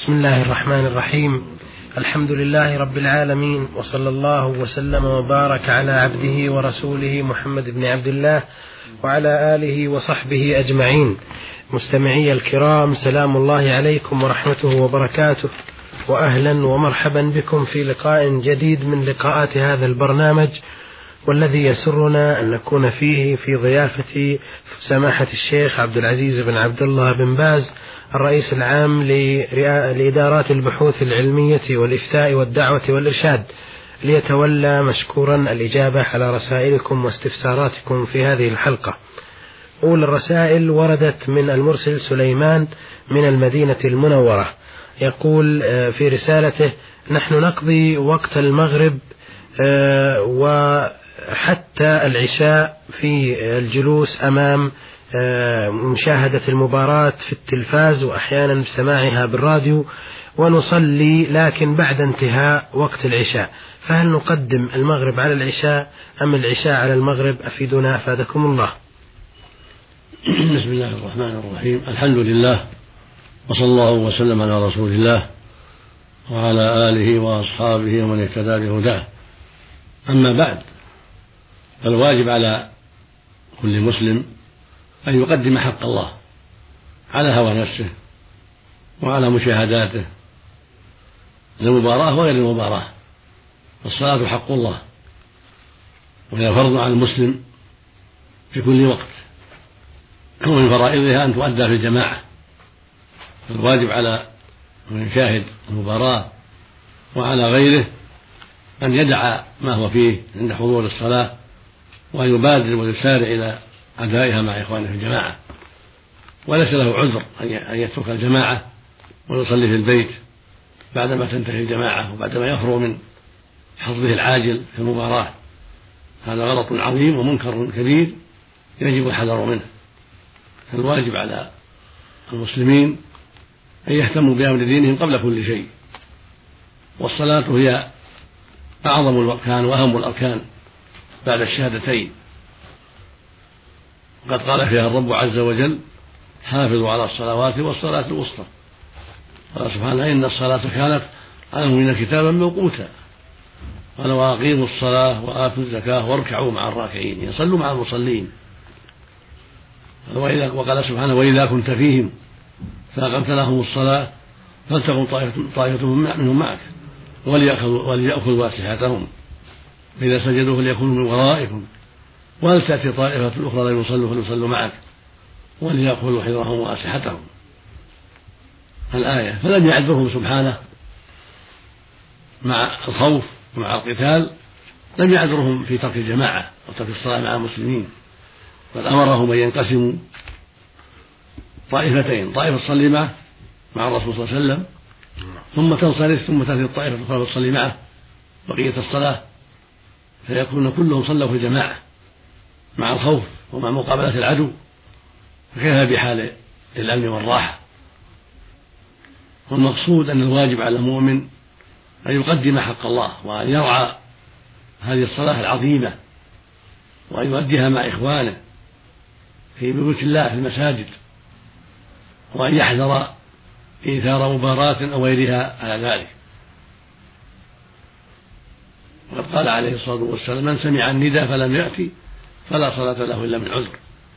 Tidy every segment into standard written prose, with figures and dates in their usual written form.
بسم الله الرحمن الرحيم. الحمد لله رب العالمين، وصلى الله وسلم وبارك على عبده ورسوله محمد بن عبد الله وعلى آله وصحبه أجمعين. مستمعي الكرام، سلام الله عليكم ورحمته وبركاته، وأهلا ومرحبا بكم في لقاء جديد من لقاءات هذا البرنامج، والذي يسرنا أن نكون فيه في ضيافة سماحة الشيخ عبد العزيز بن عبد الله بن باز، الرئيس العام لإدارات البحوث العلمية والإفتاء والدعوة والإرشاد، ليتولى مشكورا الإجابة على رسائلكم واستفساراتكم في هذه الحلقة. أولى الرسائل وردت من المرسل سليمان من المدينة المنورة، يقول في رسالته: نحن نقضي وقت المغرب وحتى العشاء في الجلوس أمام مشاهدة المباراة في التلفاز، وأحيانا بسماعها بالراديو، ونصلي لكن بعد انتهاء وقت العشاء، فهل نقدم المغرب على العشاء أم العشاء على المغرب؟ أفيدنا أفادكم الله. بسم الله الرحمن الرحيم. الحمد لله، وصلى الله وسلم على رسول الله وعلى آله وأصحابه ومن اهتدى بهداه. أما بعد، فالواجب على كل مسلم أن يقدم حق الله على هوى نفسه وعلى مشاهداته، المباراة وغير المباراة. الصلاة حق الله، وهي فرض على المسلم في كل وقت، ومن فرائضها أن تؤدى في الجماعة. الواجب على من يشاهد المباراة وعلى غيره أن يدع ما هو فيه عند حضور الصلاة، وأن يبادر ويسارع إلى أدائها مع إخوانه في الجماعة، وليس له عذر أن يترك الجماعة ويصلي في البيت بعدما تنتهي الجماعة وبعدما يفرغ من حظه العاجل في المباراة. هذا غلط عظيم ومنكر كبير يجب الحذر منه. فالواجب على المسلمين أن يهتموا بأمر دينهم قبل كل شيء، والصلاة هي أعظم الأركان وأهم الأركان بعد الشهادتين. قد قال فيها الرب عز وجل: حافظوا على الصلوات والصلاة الوسطى. قال سبحانه: إن الصلاة كانت على المؤمنين كتابا موقوتا. قال: وأقيموا الصلاة وآتوا الزكاة واركعوا مع الراكعين، يصلوا مع المصلين. وقال سبحانه: وإذا كنت فيهم فأقمت لهم الصلاة فلتكن طائفة منهم معك وليأخذوا أسلحتهم، فإذا سجدوا فليكونوا من ورائكم ولتأتي طائفة أخرى لا يصلوا فليصلوا معك وليأخذوا حذرهم وأسلحتهم. الآية. فلم يعذرهم سبحانه مع الخوف ومع القتال، لم يعذرهم في ترك الجماعة وترك الصلاة مع المسلمين، بل أمرهم أن ينقسموا طائفتين: طائفة تصلي معه مع الرسول صلى الله عليه وسلم، ثم تنصرف، ثم تأتي الطائفة الأخرى تصلي معه بقية الصلاة، فيكون كلهم صلوا في الجماعة مع الخوف ومع مقابلة العدو. فكيف بحال الأمن والراحة؟ والمقصود أن الواجب على المؤمن أن يقدم حق الله، وأن يرعى هذه الصلاة العظيمة، وأن يؤديها مع إخوانه في بيوت الله في المساجد، وأن يحذر إيثار مباراة أو غيرها على ذلك. وقد قال عليه الصلاة والسلام: من سمع النداء فلم يأتي فلا صلاة له إلا من عذر.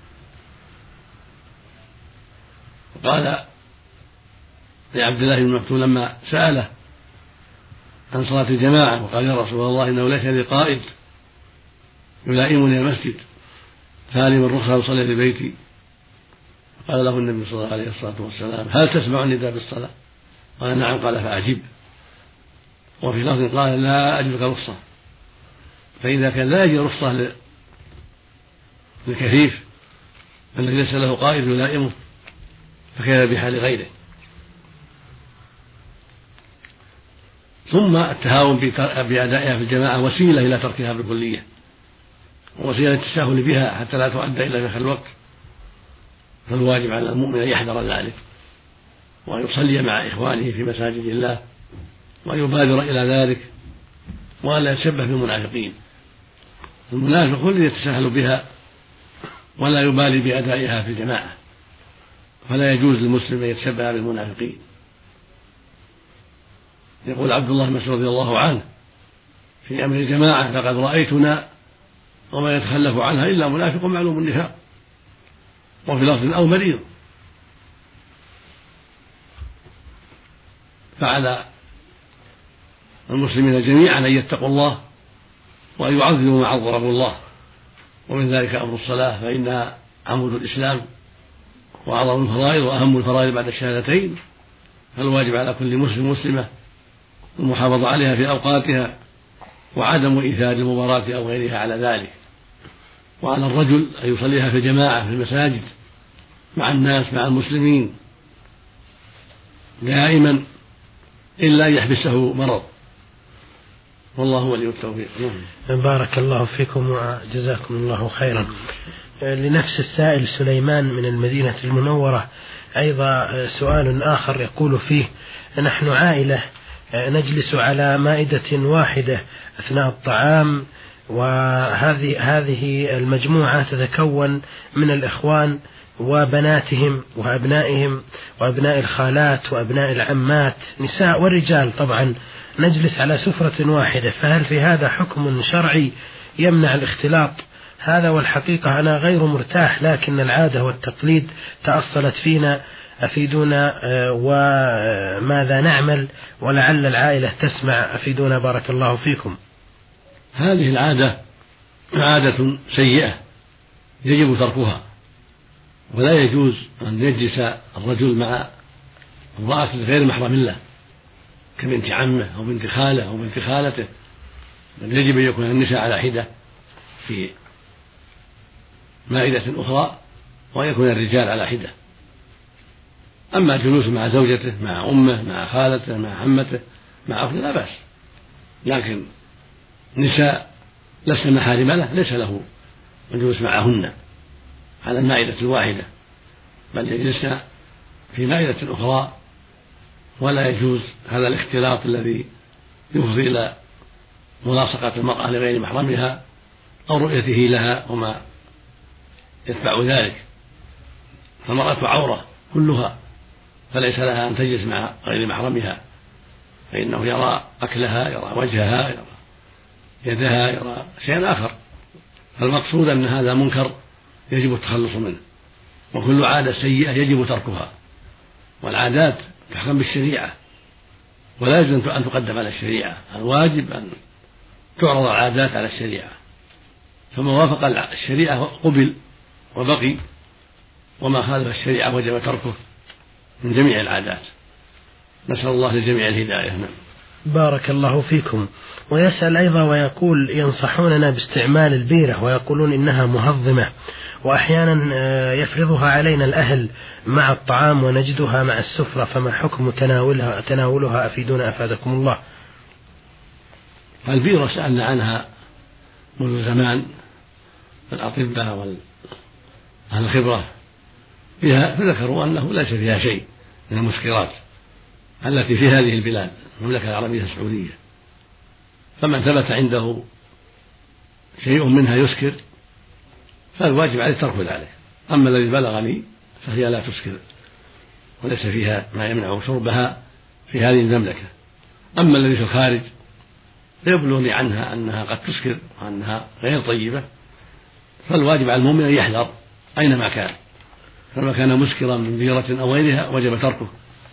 وقال لعبد الله بن مكتوم لما سأله عن صلاة الجماعة وقال: يا رسول الله، إنه ليس لي قائد يلائمني المسجد، فهل من رخصة أصلي في بيتي؟ قال له النبي صلى الله عليه الصلاة والسلام: هل تسمع النداء بالصلاة؟ قال: نعم. قال: فأعجب. وفي لفظ قال: لا أجدك رخصة. فإذا كان لا يجد رخصة للكفيف الذي ليس له قائد يلائمه، فكيف بحال غيره؟ ثم التهاون بأدائها في الجماعة وسيلة إلى تركها بالكلية، ووسيلة التساهل بها حتى لا تؤدى إلى دخل الوقت. فالواجب على المؤمن أن يحذر ذلك، وأن يصلي مع إخوانه في مساجد الله، وأن يبادر إلى ذلك، وأن لا يتشبه بالمنافقين. المنافق هو الذي يتساهل بها ولا يبالي بأدائها في الجماعة، فلا يجوز للمسلم أن يتشبه بالمنافقين. يقول عبد الله بن مسعود رضي الله عنه في أمر الجماعة: لقد رأيتنا وما يتخلف عنها إلا منافق معلوم النفاق. وفي لفظ: أو مريض. فعلى المسلمين جميعا أن يتقوا الله وأن يعظموا ما عظمه الله، ومن ذلك أمر الصلاة، فإنها عمود الإسلام وأعظم الفرائض وأهم الفرائض بعد الشهادتين، فالواجب على كل مسلم مسلمة المحافظة عليها في أوقاتها وعدم إيثار المباراة أو غيرها على ذلك. وعلى الرجل أن يصليها في الجماعة في المساجد مع الناس مع المسلمين دائما إلا يحبسه مرض، والله ولي التوفيق. بارك الله فيكم وجزاكم الله خيرا. لنفس السائل سليمان من المدينة المنورة أيضا سؤال آخر يقول فيه: نحن عائلة نجلس على مائدة واحدة أثناء الطعام، وهذه المجموعة تتكون من الإخوان وبناتهم وأبنائهم وأبناء الخالات وأبناء العمات، نساء ورجال طبعا، نجلس على سفرة واحدة، فهل في هذا حكم شرعي يمنع الاختلاط؟ هذا والحقيقة أنا غير مرتاح، لكن العادة والتقليد تأصلت فينا، أفيدونا وماذا نعمل، ولعل العائلة تسمع، أفيدونا بارك الله فيكم. هذه العادة عادة سيئة يجب تركها، ولا يجوز أن يجلس الرجل مع امرأة غير محرم له كبنت عمه أو بنت خاله أو بنت خالته، بل يجب أن يكون النساء على حدة في مائدة أخرى وأن يكون الرجال على حدة. أما الجلوس مع زوجته مع أمه مع خالته مع عمته مع أخته لا بأس، لكن نساء لسن محارم له ليس له الجلوس معهن على المائدة الواحدة، بل يجلسن في مائدة أخرى، ولا يجوز هذا الاختلاط الذي يفضي إلى ملاصقة المرأة لغير محرمها أو رؤيته لها وما يتبع ذلك. فالمرأة عورة كلها، فليس لها أن تجلس مع غير محرمها، فإنه يرى أكلها، يرى وجهها، يرى يدها، يرى شيئا آخر. فالمقصود أن هذا منكر يجب التخلص منه، وكل عادة سيئة يجب تركها، والعادات تحكم بالشريعة ولا يجوز أن تقدم على الشريعة، الواجب أن تعرض العادات على الشريعة، فما وافق الشريعة قبل وبقي، وما خالف الشريعة وجب تركه من جميع العادات. نسأل الله للجميع الهداية. نعم. بارك الله فيكم. ويسأل أيضا ويقول: ينصحوننا باستعمال البيرة ويقولون إنها مهضمة، وأحيانا يفرضها علينا الأهل مع الطعام ونجدها مع السفرة، فما حكم تناولها؟ أفيدونا أفادكم الله. البيرة سألنا عنها منذ زمان الأطباء وأهل الخبرة فيها، فذكروا أنه ليس فيها شيء من المسكرات التي في هذه البلاد المملكة العربية السعودية، فمن ثبت عنده شيء منها يسكر فالواجب عليه ترك ذلك. أما الذي بلغني فهي لا تسكر وليس فيها ما يمنع شربها في هذه المملكة. أما الذي في الخارج فيبلغني عنها أنها قد تسكر وأنها غير طيبة، فالواجب على المؤمن أن يحذر أينما كان، فما كان مسكرا من بيرة أو غيرها وجب تركه،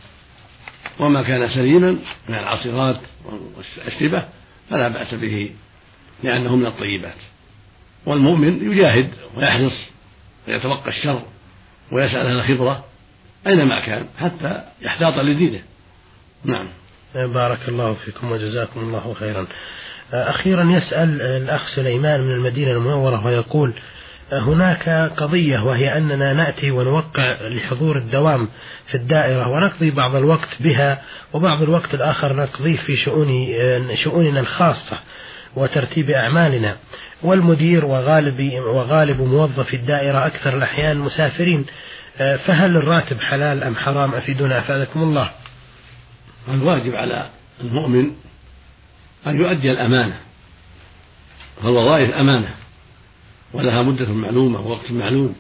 وما كان سليما من العصيرات والأشربة فلا بأس به لأنه من الطيبات. والمؤمن يجاهد ويحرص ويتوقى الشر ويسأل أهل الخبرة أينما كان حتى يحتاط لدينه. نعم. بارك الله فيكم وجزاكم الله خيرا. أخيرا يسأل الأخ سليمان من المدينة المنورة ويقول: هناك قضية، وهي أننا نأتي ونوقع لحضور الدوام في الدائرة ونقضي بعض الوقت بها، وبعض الوقت الآخر نقضيه في شؤوننا الخاصة وترتيب أعمالنا، والمدير وغالب موظفي الدائرة أكثر الأحيان مسافرين، فهل الراتب حلال أم حرام؟ أفيدونا أفادكم الله. الواجب على المؤمن أن يؤدي الأمانة، فالوظائف أمانة ولها مدة معلومة ووقت معلوم،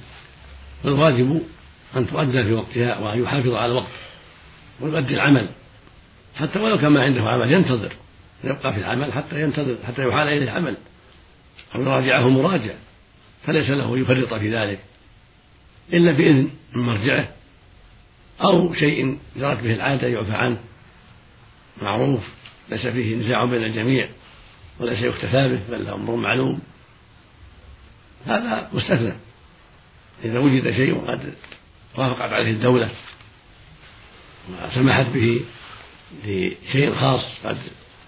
فالواجب أن تؤدى في وقتها وأن يحافظ على الوقت ويؤدي العمل حتى ولو كان ما عنده عمل ينتظر، يبقى في العمل حتى ينتظر حتى يحال إليه عمل أو يراجعه مراجع، فليس له يفرط في ذلك إلا بإذن من مرجعه أو شيء جرت به العادة يعفى عنه معروف ليس فيه نزاع بين الجميع وليس يختفى به بل أمر معلوم، هذا مستثنى إذا وجد شيء قد وافقت عليه الدولة وسمحت به لشيء خاص قد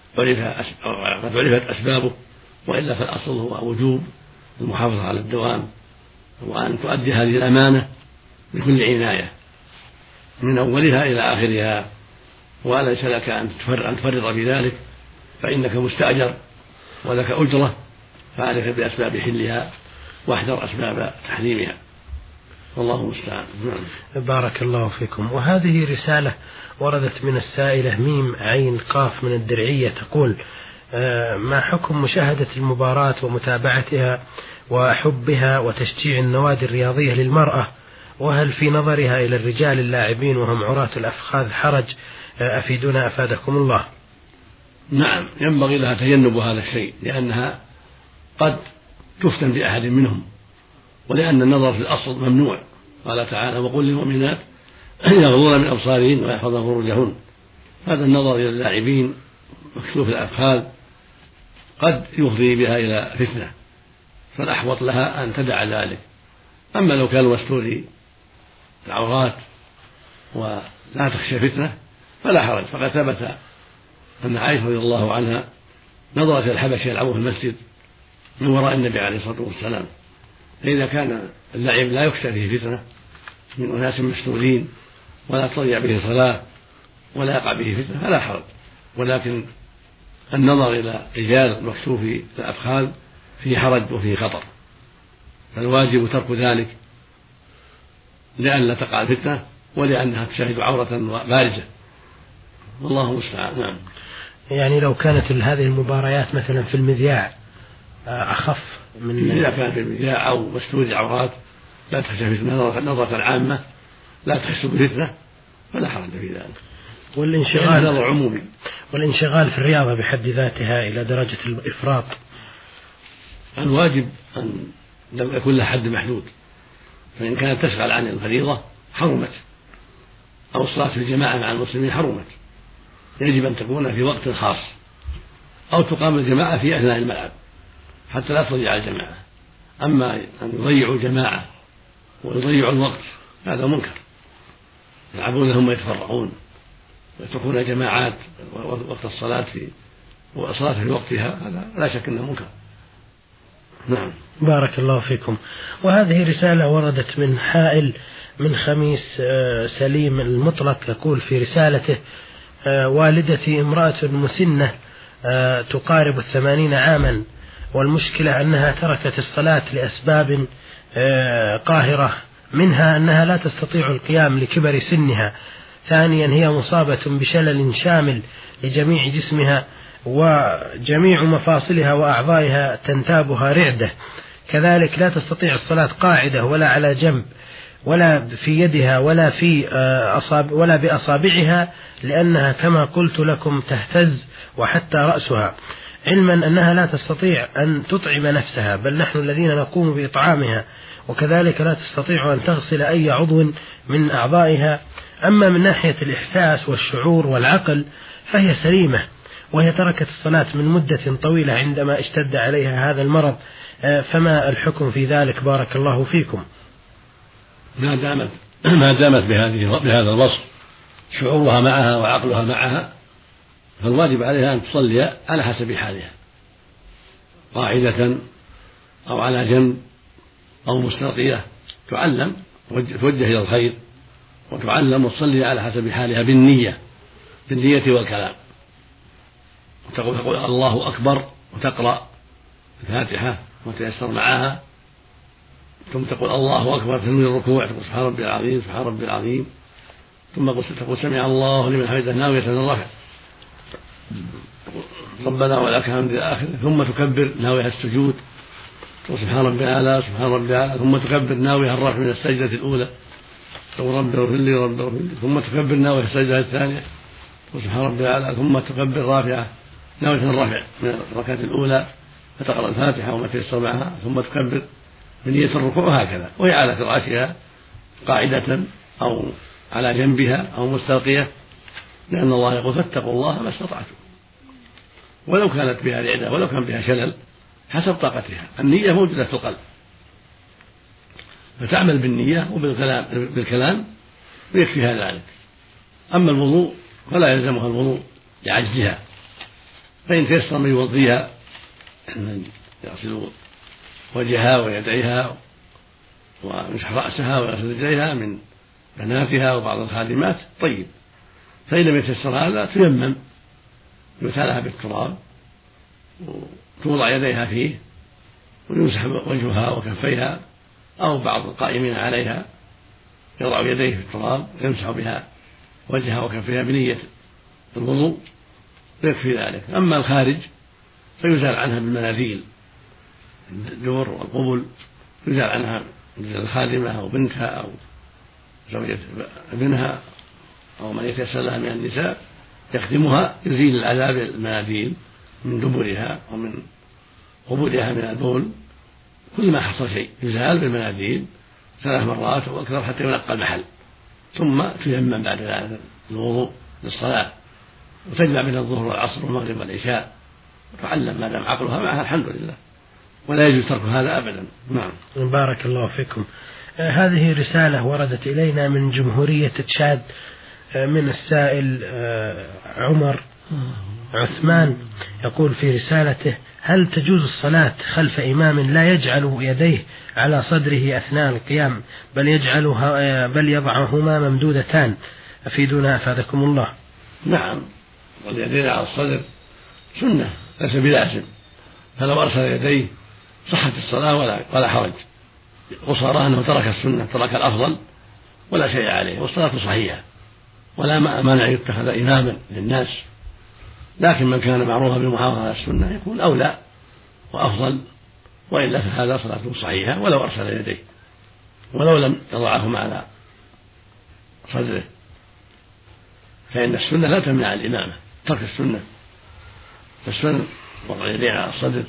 عرفت أسبابه، وإلا فالأصل هو وجوب المحافظة على الدوام وأن تؤدي هذه الأمانة بكل عناية من أولها إلى آخرها، وليس لك أن تفرط في ذلك فإنك مستأجر ولك أجرة، فعليك بأسباب حلها واحذر أسباب تحريمها، والله المستعان. بارك الله فيكم. وهذه رسالة وردت من السائلة ميم عين قاف من الدرعية تقول: ما حكم مشاهدة المباراة ومتابعتها وحبها وتشجيع النوادي الرياضية للمرأة، وهل في نظرها إلى الرجال اللاعبين وهم عراة الأفخاذ حرج؟ أفيدونا أفادكم الله. نعم، ينبغي لها تجنب هذا الشيء لأنها قد تفتن بأحد منهم، ولأن النظر في الأصل ممنوع، قال تعالى: وقل للمؤمنات يغضضن من أبصارهن ويحفظن فروجهن. هذا النظر إلى اللاعبين مكشوف الأفخاذ قد يفضي بها إلى فتنة، فالأحوط لها أن تدع ذلك. أما لو كانوا مستوري العورات ولا تخشى فتنة فلا حرج، فقد ثبت أن عائشة رضي الله عنها نظرت إلى الحبشي يلعبوا في المسجد من وراء النبي عليه الصلاة والسلام، فإذا كان اللعب لا يخشى فيه فتنة من أناس مستورين ولا تضيع به صلاة ولا يقع به فتنة فلا حرج، ولكن النظر إلى رجال مكشوف الأفخاذ فيه حرج وفيه خطر، فالواجب ترك ذلك لئلا تقع الفتنة ولأنها تشاهد عورة بارزة، والله المستعان. نعم. يعني لو كانت هذه المباريات مثلا في المذياع أخف من إذا كان في المذياع أو مستور العورات لا تخشى فتنة نظرة العامة لا تحس بفتنة فلا حرج في ذلك. والانشغال في الرياضة بحد ذاتها إلى درجة الإفراط، الواجب أن لم يكن لها حد محدود، فإن كانت تشغل عن الفريضة حرمت، أو الصلاة في الجماعة مع المسلمين حرمت، يجب أن تكون في وقت خاص، أو تقام الجماعة في أثناء الملعب حتى لا تضيع الجماعة. أما أن يضيعوا الجماعة ويضيعوا الوقت هذا منكر، يلعبون هم يتفرعون ويتركون جماعات وقت الصلاة والصلاة في وقتها، هذا لا شك أنه منكر. نعم. بارك الله فيكم. وهذه رسالة وردت من حائل من خميس سليم المطلق، يقول في رسالته: والدتي امرأة مسنة تقارب 80 عاما، والمشكلة أنها تركت الصلاة لأسباب قاهرة، منها أنها لا تستطيع القيام لكبر سنها، ثانيا هي مصابة بشلل شامل لجميع جسمها وجميع مفاصلها وأعضائها تنتابها رعدة، كذلك لا تستطيع الصلاة قاعدة ولا على جنب ولا في يدها ولا بأصابعها، لأنها كما قلت لكم تهتز وحتى رأسها، علما أنها لا تستطيع أن تطعم نفسها بل نحن الذين نقوم بإطعامها، وكذلك لا تستطيع أن تغسل أي عضو من أعضائها. أما من ناحية الإحساس والشعور والعقل فهي سليمة، وهي تركت الصلاة من مدة طويلة عندما اشتد عليها هذا المرض، فما الحكم في ذلك؟ بارك الله فيكم. ما دامت بهذا الوصف شعورها معها وعقلها معها فالواجب عليها أن تصلي على حسب حالها، قاعدة أو على جنب أو مستلقية، توجه إلى الخير وتعلم وتصلي على حسب حالها بالنية والكلام، تقول الله أكبر وتقرأ الفاتحة وتيسر معها، ثم تقول الله أكبر تنوي الركوع، تقول سبحان ربي العظيم سبحان ربي العظيم، ثم تقول سمع الله لمن حمده ناوية الرفع، ربنا ولك الحمد إلى آخره، ثم تكبر ناوية السجود، تقول سبحان ربي الأعلى سبحان ربي الأعلى، ثم تكبر ناوية الرفع من السجدة الأولى، تقول رب اغفر لي رب اغفر لي، ثم تكبر ناوية السجدة الثانية، سبحان ربي الأعلى ثم تكبر رافعة نوية الرفع من الركعة الأولى فتقرأ الفاتحة وما تيسر معها ثم تكبر بنية الركوع هكذا، وهي على فراشها قاعدة أو على جنبها أو مستلقية، لأن الله يقول فاتقوا الله ما استطعتم، ولو كانت بها رعدة ولو كان بها شلل حسب طاقتها. النية موجودة في القلب فتعمل بالنية وبالكلام ويكفيها ذلك. أما الوضوء فلا يلزمها الوضوء لعجزها، فإن تيسر من يوضيها أن يغسل وجهها ويديها ويمسح رأسها ويغسل رجليها من بناتها وبعض الخادمات طيب، فإن لم يتيسر هذا تيمم يتالها بالتراب وتوضع يديها فيه ويمسح وجهها وكفيها، أو بعض القائمين عليها يضع يديه في التراب ويمسح بها وجهها وكفيها بنية الوضوء ويكفي ذلك. أما الخارج فيزال عنها بالمناديل، الدبر والقبل يزال عنها الخادمة أو بنتها أو زوجة ابنها أو من يتيسر لها من النساء يخدمها، يزيل العذاب المناديل من دبرها ومن قبولها من البول، كل ما حصل شيء يزال بالمناديل 3 مرات أو أكثر حتى ينقى المحل، ثم تيمم بعد ذلك الوضوء للصلاة وتجمع بين الظهر والعصر والمغرب والعشاء وتعلم ما دام عقلها معها الحمد لله، ولا يجوز ترك هذا أبدا. نعم. بارك الله فيكم. هذه رسالة وردت إلينا من جمهورية تشاد من السائل عمر عثمان، يقول في رسالته: هل تجوز الصلاة خلف إمام لا يجعل يديه على صدره أثناء القيام بل يضعهما ممدودتان؟ أفيدونا أفادكم الله. نعم، واليدين على الصدر سنة ليس بلازم، فلو أرسل يديه صحت الصلاة ولا حرج، وصار أنه ترك السنة ترك الأفضل ولا شيء عليه والصلاة صحيحة ولا مانع يتخذ إماما للناس، لكن من كان معروفا بالمحافظة على السنة يكون أولى وأفضل، وإلا فهذا صلاته صحيحة ولو أرسل يديه ولو لم يضعهما على صدره، فإن السنة لا تمنع الإمامة، ترك السنة، فالسنة وضع اليدين على الصدر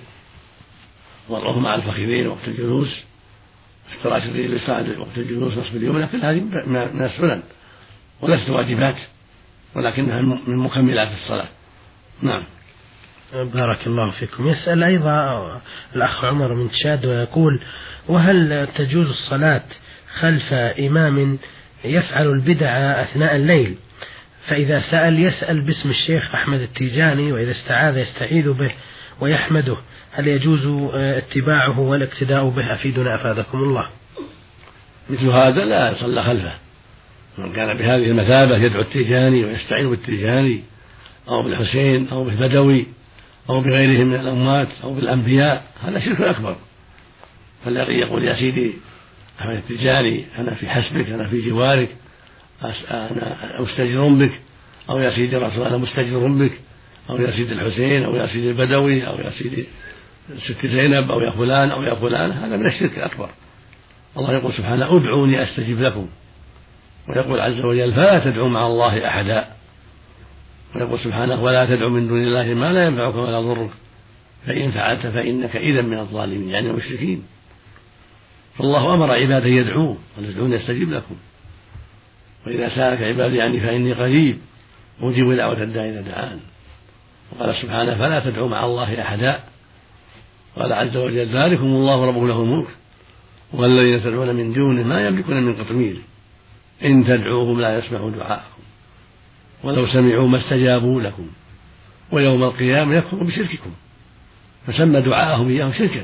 وضعهما على الفخذين وقت الجلوس، افتراش الرجل اليسرى وقت الجلوس نصب اليمنى، كل هذه من السنن وليست واجبات ولكنها من مكملات الصلاة. نعم. بارك الله فيكم. يسأل أيضا الأخ عمر من تشاد ويقول: وهل تجوز الصلاة خلف إمام يفعل البدع أثناء الليل، فإذا سأل يسأل باسم الشيخ أحمد التيجاني، وإذا استعاذ يستعيذ به ويحمده، هل يجوز اتباعه والاقتداء به؟ أفيدنا أفادكم الله. مثل هذا لا يصلى خلفه، من كان بهذه المثابة يدعو التيجاني ويستعين بالتيجاني أو بالحسين أو بالبدوي أو بغيرهم من الأموات أو بالأنبياء، هذا شرك أكبر. فالذي يقول يا سيدي أحمد التيجاني أنا في حسبك، أنا في جوارك، أنا مستجر بك، أو يا سيدي الرسول أنا مستجر بك، أو يا سيدي الحسين أو يا سيدي البدوي أو يا سيدي ست زينب أو يا فلان أو يا فلان، هذا من الشرك الأكبر. الله يقول سبحانه: ادعوني أستجب لكم، ويقول عز وجل: فلا تدعوا مع الله أحدا، ويقول سبحانه: ولا تدعوا من دون الله ما لا ينفعك ولا يضرك، فإن فعلت فإنك إذا من الظالمين، يعني المشركين. فالله أمر عباده يدعوه: ادعوني أستجب لكم، وإذا سألك عبادي عني فإني قريب أجيب دعوة الداعي إذا دعان. وقال سبحانه: فلا تدعوا مع الله أحدا. قال عز وجل: ذلكم الله ربكم له الملك والذين تدعون من دونه ما يملكون من قطمير إن تدعوهم لا يسمعوا دعاءكم ولو سمعوا ما استجابوا لكم ويوم القيامة يكفرون بشرككم، فسمى دعاءهم إياهم شركا.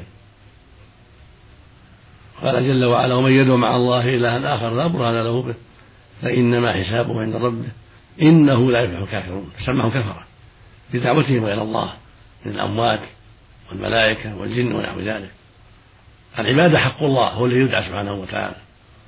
قال جل وعلا: ومن يدعو مع الله إلها آخر لا برهان له به فإنما حسابه عند ربه إنه لا يفلح الكافرون، سماهم كفرة بدعوتهم إلى الله من الأموات والملائكة والجن ونحو ذلك. العبادة حق الله، هو الذي يدعى سبحانه وتعالى: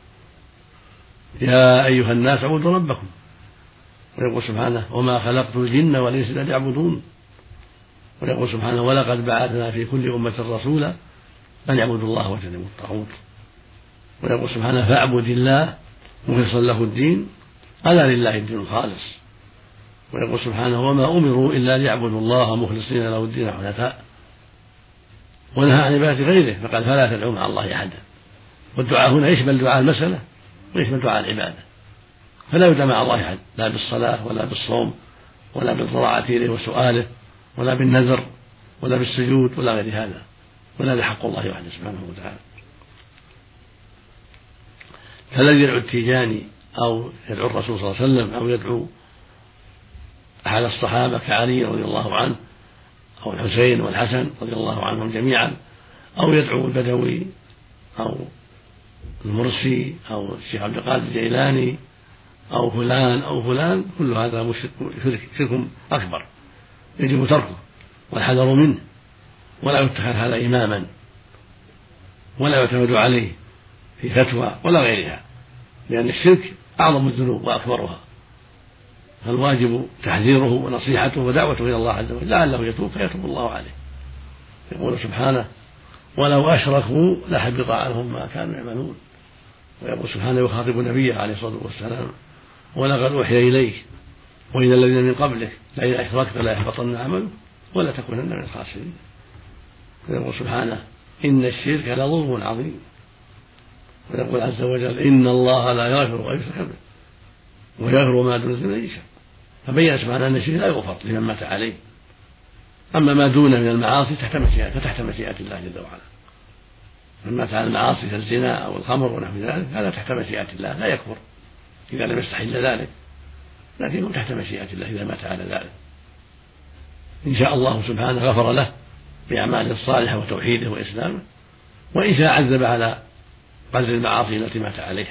يا أيها الناس اعبدوا ربكم. ويقول سبحانه: وما خلقت الجن والإنس إلا ليعبدون. ويقول سبحانه: ولقد بعثنا في كل أمة رسولا أن يعبدوا الله واجتنبوا الطاغوت. ويقول سبحانه: فاعبد الله مخلصا له الدين ألا لله الدين الخالص. ويقول سبحانه وما أمروا إلا ليعبدوا الله مخلصين له الدين حنفاء، ونهى عن عبادة غيره فقال فلا تدعوا مع الله أحدا. والدعاء هنا يشمل دعاء المسألة ويشمل دعاء العبادة، فلا يدعى مع الله أحد لا بالصلاة ولا بالصوم ولا بالضراعة إليه وسؤاله ولا بالنذر ولا بالسجود ولا غير هذا، ولا بحق الله وحده سبحانه وتعالى. فالذي يدعو التيجاني أو يدعو الرسول صلى الله عليه وسلم أو يدعو أحد الصحابة كعلي رضي الله عنه أو الحسين والحسن رضي الله عنهم جميعا، أو يدعو البدوي أو المرسي أو الشيخ عبد القادر الجيلاني أو فلان أو فلان، كل هذا شرك أكبر يجب تركه والحذر منه، ولا يتخذ هذا إماما ولا يعتمد عليه في فتوى ولا غيرها، لأن الشرك أعظم الذنوب وأكبرها، فالواجب تحذيره ونصيحته ودعوته إلى الله عز وجل لعله يتوب فيتوب الله عليه. يقول سبحانه ولو أشركوا لحبط عنهم ما كانوا يعملون. ويقول سبحانه يخاطب نبيه عليه الصلاة والسلام ولقد أوحي إليك وإلى الذين من قبلك لئن أشركت ليحبطن عملك ولا تكونن من الخاسرين. ويقول سبحانه إن الشرك لظلم عظيم. ويقول عز وجل إن الله لا يغفر أن يشرك به ويغفر ما دون ذلك لمن يشاء. فبين سبحانه أن الشرك لا يغفر لمن مات عليه، أما ما دونه من المعاصي فتحت مشيئة الله جل وعلا. من مات على المعاصي كالزنا أو الخمر ونحو ذلك هذا تحت مشيئة الله لا يكفر إذا لم يستحل ذلك، لكنه تحت مشيئة الله إذا مات على ذلك. إن شاء الله سبحانه غفر له بأعماله الصالحة وتوحيده وإسلامه، وإن شاء عذب على قدر المعاصي التي مات عليها،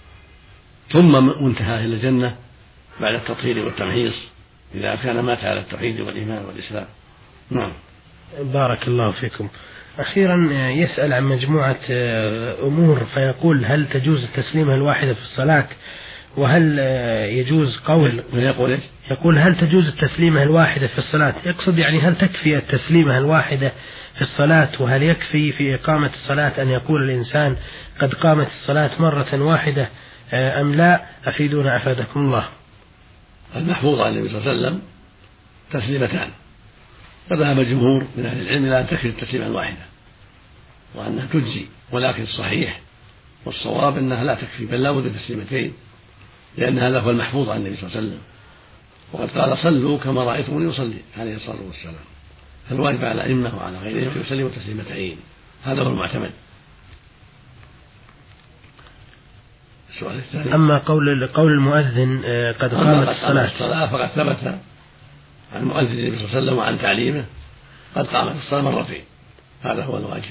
ثم منتهى إلى الجنة بعد التطهير والتمحيص إذا كان مات على التوحيد والإيمان والإسلام. نعم. بارك الله فيكم. أخيرا يسأل عن مجموعة أمور فيقول هل تجوز التسليمة الواحدة في الصلاة، وهل يجوز يقول هل تجوز التسليمة الواحدة في الصلاة، يقصد يعني هل تكفي التسليمة الواحدة في الصلاة، وهل يكفي في إقامة الصلاة أن يقول الإنسان قد قامت الصلاة مرة واحدة أم لا؟ أفيدونا أفادكم الله. المحفوظ عن النبي صلى الله عليه وسلم تسليمتان، فذهب جمهور من أهل العلم إلى أن تكفي التسليمة الواحدة وأنها تجزي، ولكن الصحيح والصواب أنها لا تكفي بل لا بد تسليمتين، لأن هذا هو المحفوظ عن النبي صلى الله عليه وسلم، وقد قال صلوا كما رأيتموني يصلي عليه الصلاة والسلام. فالواجب على الأئمة وعلى غيرهم يسلموا تسليمتين، هذا هو المعتمد. السؤال الثاني أما قول المؤذن قد قامت الصلاة فقد ثبت عن المؤذن النبي صلى الله عليه وسلم وعن تعليمه قد قامت الصلاة مرتين، هذا هو الواجب.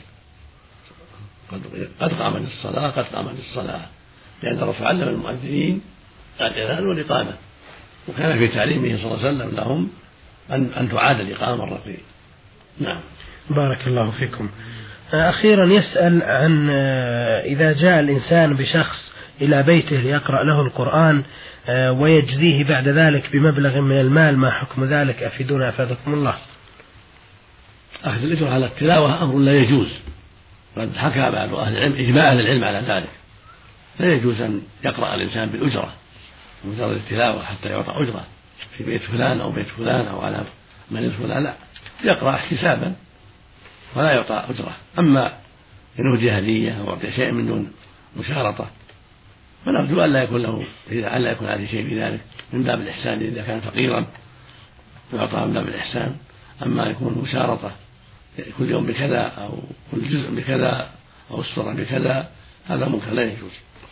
قد قامت الصلاة قد قامت الصلاة، لأن الرسول علم المؤذنين الأذان والإقامة، وكان في تعليمه صلى الله عليه وسلم لهم أن تعاد الإقامة مرتين. نعم. بارك الله فيكم. أخيرا يسأل عن إذا جاء الإنسان بشخص إلى بيته ليقرأ له القرآن ويجزيه بعد ذلك بمبلغ من المال، ما حكم ذلك؟ أفيدونا أفادكم الله. أخذ الأجر على التلاوة أمر لا يجوز، قد حكى بعض أهل العلم إجماع أهل العلم على ذلك، لا يجوز أن يقرأ الإنسان بالأجرة مجرد التلاوة حتى يعطى أجرة في بيت فلان أو بيت فلان أو على من فلان، لا، يقرأ احتسابا ولا يعطى أجرة. أما إن أهدي هدية أو أعطي شيء من دون مشارطة فنرجو ألا يكون له ألا يكون عليه شيء في ذلك من باب الإحسان، إذا كان فقيرا يعطى من باب الإحسان. أما يكون مشارطة كل يوم بكذا أو كل جزء بكذا أو السورة بكذا هذا منكر لا يجوز.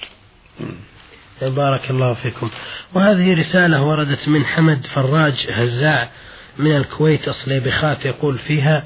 بارك الله فيكم. وهذه رسالة وردت من حمد فراج هزاع من الكويت أصليبخات، يقول فيها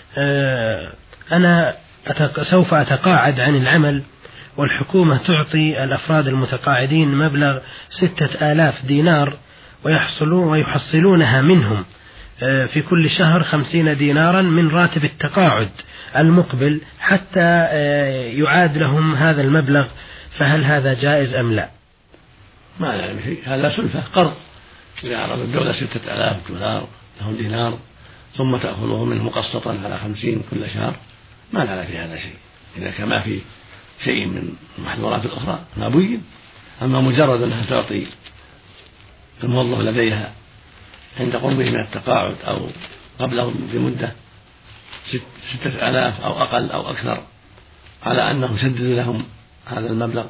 أنا سوف أتقاعد عن العمل، والحكومة تعطي الأفراد المتقاعدين مبلغ 6000 دينار ويحصلونها منهم في كل شهر 50 دينارا من راتب التقاعد المقبل حتى يعاد لهم هذا المبلغ، فهل هذا جائز أم لا؟ ما نعلم شيء، هذا سلفة قرض، إذا عرض الدولة 6000 دولار لهم دينار ثم تأخذه منه مقسطا على 50 كل شهر، ما نعلم في هذا شيء، إذا كان ما في شيء من المحظورات الأخرى ما بين. أما مجرد أنها تعطي الموظف لديها عند قربه من التقاعد أو قبله بمدة 6000 أو أقل أو أكثر، على أنه يسدد لهم هذا المبلغ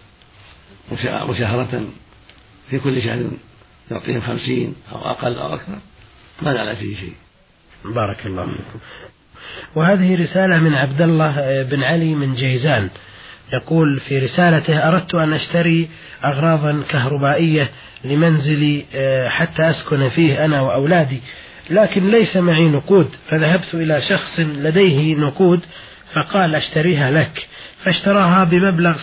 مشاهرة في كل شهر يعطيهم 50 أو أقل أو أكثر، ما نعلم فيه شيء. بارك الله فيكم. وهذه رسالة من عبد الله بن علي من جيزان، يقول في رسالته: أردت أن أشتري أغراضا كهربائية لمنزلي حتى أسكن فيه أنا وأولادي، لكن ليس معي نقود، فذهبت إلى شخص لديه نقود فقال أشتريها لك، فاشتراها بمبلغ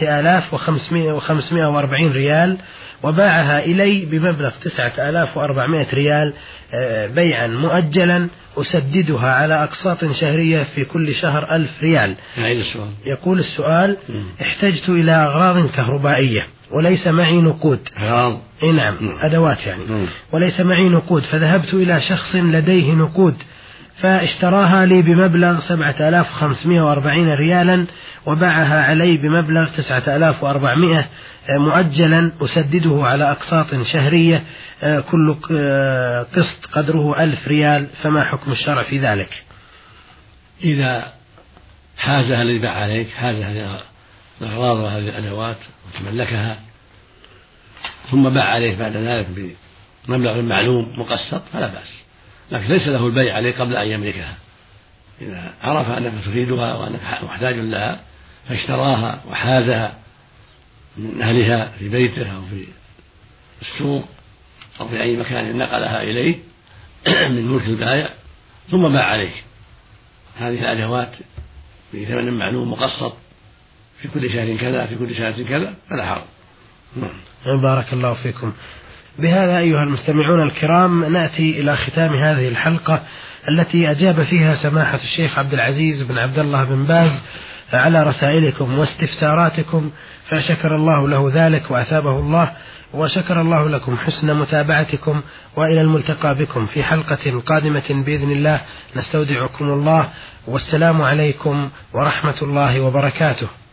7540 ريال وباعها إلي بمبلغ 9400 ريال بيعا مؤجلا أسددها على أقساط شهرية في كل شهر 1000 ريال. يقول السؤال: احتجت إلى أغراض كهربائية وليس معي نقود. نعم، أدوات يعني. وليس معي نقود، فذهبت إلى شخص لديه نقود فاشتراها لي بمبلغ 7540 ريالا وباعها علي بمبلغ 9400 مؤجلا أسدده على أقساط شهرية، كل قسط قدره 1000 ريال، فما حكم الشرع في ذلك؟ إذا حازها الذي باع عليك، حازها الأغراض وهذه الأدوات وتملكها ثم باع عليه بعد ذلك بمبلغ معلوم مقسط فلا بأس، لكن ليس له البيع عليه قبل أن يملكها. إذا عرف أنك تريدها وأنك محتاج لها فاشتراها وحازها من أهلها في بيته أو في السوق أو في أي مكان نقلها إليه من ملك البائع ثم باع عليك هذه الأدوات بثمن معلوم مقسط في كل شهر كذا في كل سنة كذا فلا حرج. بارك الله فيكم. بهذا أيها المستمعون الكرام نأتي إلى ختام هذه الحلقة التي أجاب فيها سماحة الشيخ عبد العزيز بن عبد الله بن باز على رسائلكم واستفساراتكم، فشكر الله له ذلك وأثابه الله، وشكر الله لكم حسن متابعتكم، وإلى الملتقى بكم في حلقة قادمة بإذن الله. نستودعكم الله، والسلام عليكم ورحمة الله وبركاته.